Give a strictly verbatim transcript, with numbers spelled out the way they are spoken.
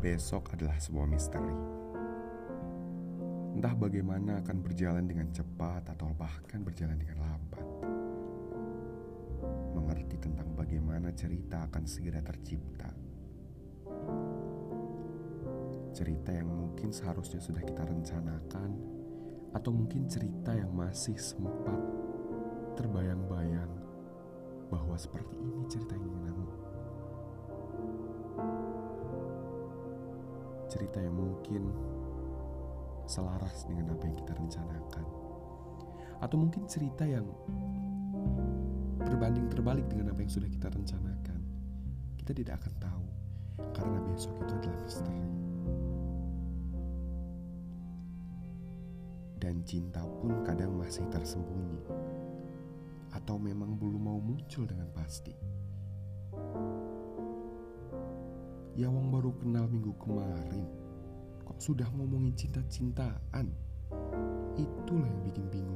Besok adalah sebuah misteri. Entah bagaimana akan berjalan dengan cepat atau bahkan berjalan dengan lambat. Mengerti tentang bagaimana cerita akan segera tercipta. Cerita yang mungkin seharusnya sudah kita rencanakan, atau mungkin cerita yang masih sempat terbayang-bayang bahwa seperti ini cerita yang ingin aku. Cerita yang mungkin selaras dengan apa yang kita rencanakan, atau mungkin cerita yang berbanding terbalik dengan apa yang sudah kita rencanakan. Kita tidak akan tahu, karena besok itu adalah misteri. Dan cinta pun kadang masih tersembunyi, atau memang belum mau muncul dengan pasti. Ya wong baru kenal minggu kemarin, kok sudah ngomongin cinta-cintaan? Itulah yang bikin bingung.